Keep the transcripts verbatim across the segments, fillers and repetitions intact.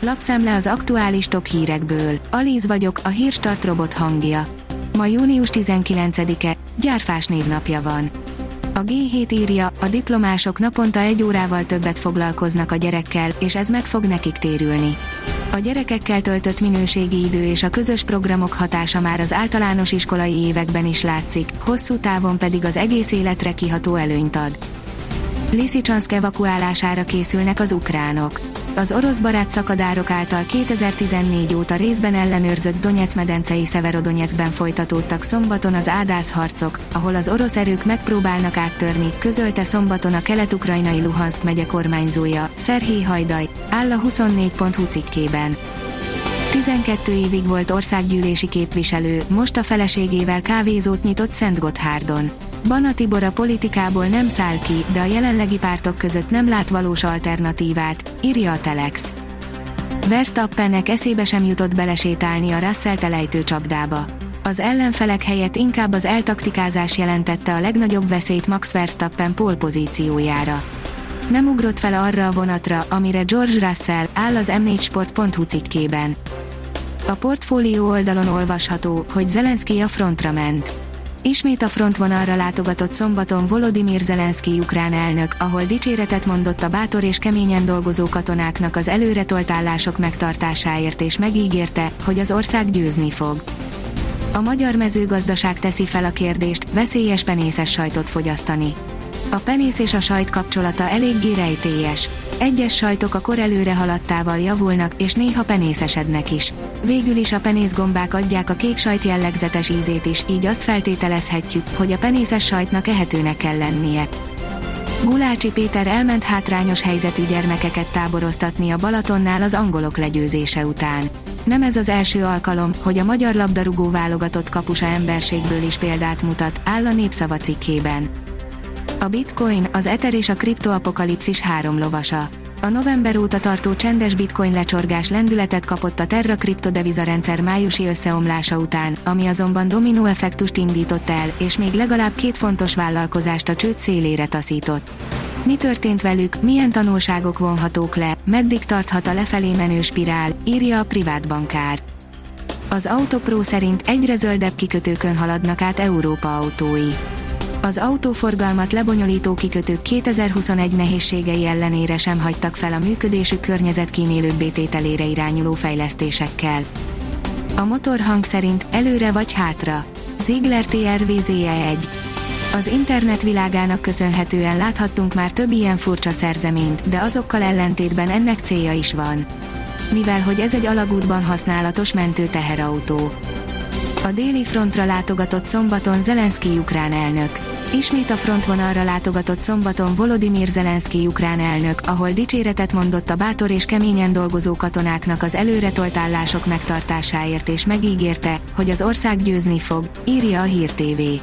Lapszemle az aktuális top hírekből. Alíz vagyok, a Hírstart robot hangja. Ma június tizenkilencedike, Gyárfás névnapja van. A gé hét írja, a diplomások naponta egy órával többet foglalkoznak a gyerekkel, és ez meg fog nekik térülni. A gyerekekkel töltött minőségi idő és a közös programok hatása már az általános iskolai években is látszik, hosszú távon pedig az egész életre kiható előnyt ad. Liszicsanszk evakuálására készülnek az ukránok. Az orosz barát szakadárok által kétezer-tizennégy óta részben ellenőrzött Donyeck-medencei Szeverodonyeckben folytatódtak szombaton az ádászharcok, ahol az orosz erők megpróbálnak áttörni, közölte szombaton a kelet-ukrajnai Luhanszk megye kormányzója, Szerhij Hajdaj, áll a huszonnégy pont hu cikkében. tizenkét évig volt országgyűlési képviselő, most a feleségével kávézót nyitott Szentgotthárdon. Bana Tibor a politikából nem száll ki, de a jelenlegi pártok között nem lát valós alternatívát, írja a Telex. Verstappennek eszébe sem jutott belesétálni a Russell-t elejtő csapdába. Az ellenfelek helyett inkább az eltaktikázás jelentette a legnagyobb veszélyt Max Verstappen pole pozíciójára. Nem ugrott fel arra a vonatra, amire George Russell, áll az em négy sport pont hu cikkében. A portfólió oldalon olvasható, hogy Zelenszkij a frontra ment. Ismét a frontvonalra látogatott szombaton Volodymyr Zelenszkij ukrán elnök, ahol dicséretet mondott a bátor és keményen dolgozó katonáknak az előretolt állások megtartásáért és megígérte, hogy az ország győzni fog. A magyar mezőgazdaság teszi fel a kérdést, veszélyes penészes sajtot fogyasztani. A penész és a sajt kapcsolata eléggé rejtélyes. Egyes sajtok a kor előre haladtával javulnak, és néha penészesednek is. Végül is a penészgombák adják a kék sajt jellegzetes ízét is, így azt feltételezhetjük, hogy a penészes sajtnak ehetőnek kell lennie. Gulácsi Péter elment hátrányos helyzetű gyermekeket táboroztatni a Balatonnál az angolok legyőzése után. Nem ez az első alkalom, hogy a magyar labdarúgó válogatott kapusa emberségből is példát mutat, áll a Népszava cikkében. A Bitcoin, az Ether és a kriptoapokalipszis három lovasa. A november óta tartó csendes bitcoin lecsorgás lendületet kapott a Terra kriptodevizarendszer májusi összeomlása után, ami azonban dominó effektust indított el, és még legalább két fontos vállalkozást a csőd szélére taszított. Mi történt velük, milyen tanulságok vonhatók le, meddig tarthat a lefelé menő spirál, írja a privát bankár. Az Autopro szerint egyre zöldebb kikötőkön haladnak át Európa autói. Az autóforgalmat lebonyolító kikötők kétezer-huszonegy nehézségei ellenére sem hagytak fel a működésük környezetkímélőbbé tételére irányuló fejlesztésekkel. A motorhang szerint előre vagy hátra. Ziegler té er vé zé e egy. Az internet világának köszönhetően láthattunk már több ilyen furcsa szerzeményt, de azokkal ellentétben ennek célja is van. Mivel hogy ez egy alagútban használatos mentő teherautó. A déli frontra látogatott szombaton Zelenszkij ukrán elnök. Ismét a frontvonalra látogatott szombaton Volodymyr Zelenszkij ukrán elnök, ahol dicséretet mondott a bátor és keményen dolgozó katonáknak az előretolt állások megtartásáért és megígérte, hogy az ország győzni fog, írja a Hír té vé.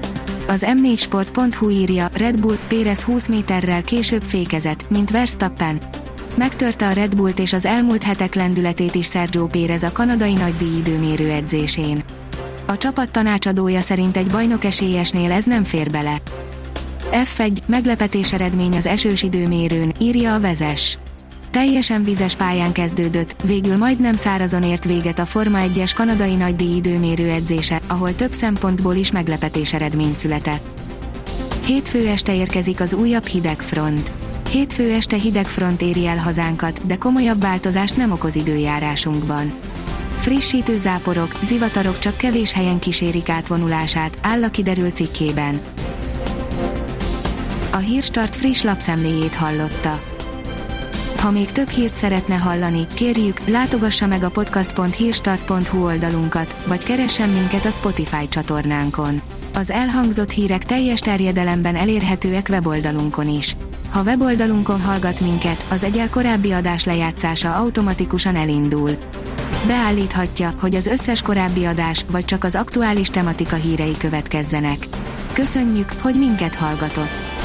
Az em négy sport pont hu írja, Red Bull, Pérez húsz méterrel később fékezett, mint Verstappen. Megtörte a Red Bullt és az elmúlt hetek lendületét is Sergio Pérez a kanadai nagydíj időmérő edzésén. A csapat tanácsadója szerint egy bajnok esélyesnél ez nem fér bele. ef egy, meglepetés eredmény az esős időmérőn, írja a Vezes. Teljesen vizes pályán kezdődött, végül majdnem szárazon ért véget a Forma egyes kanadai nagydíj időmérő edzése, ahol több szempontból is meglepetés eredmény született. Hétfő este érkezik az újabb hidegfront. Hétfő este hidegfront éri el hazánkat, de komolyabb változást nem okoz időjárásunkban. Frissítő záporok, zivatarok csak kevés helyen kísérik átvonulását, áll a kiderült cikkében. A Hírstart friss lapszemléjét hallotta. Ha még több hírt szeretne hallani, kérjük, látogassa meg a podcast pont hírstart pont hu oldalunkat, vagy keressen minket a Spotify csatornánkon. Az elhangzott hírek teljes terjedelemben elérhetőek weboldalunkon is. Ha weboldalunkon hallgat minket, az egyel korábbi adás lejátszása automatikusan elindul. Beállíthatja, hogy az összes korábbi adás, vagy csak az aktuális tematika hírei következzenek. Köszönjük, hogy minket hallgatott!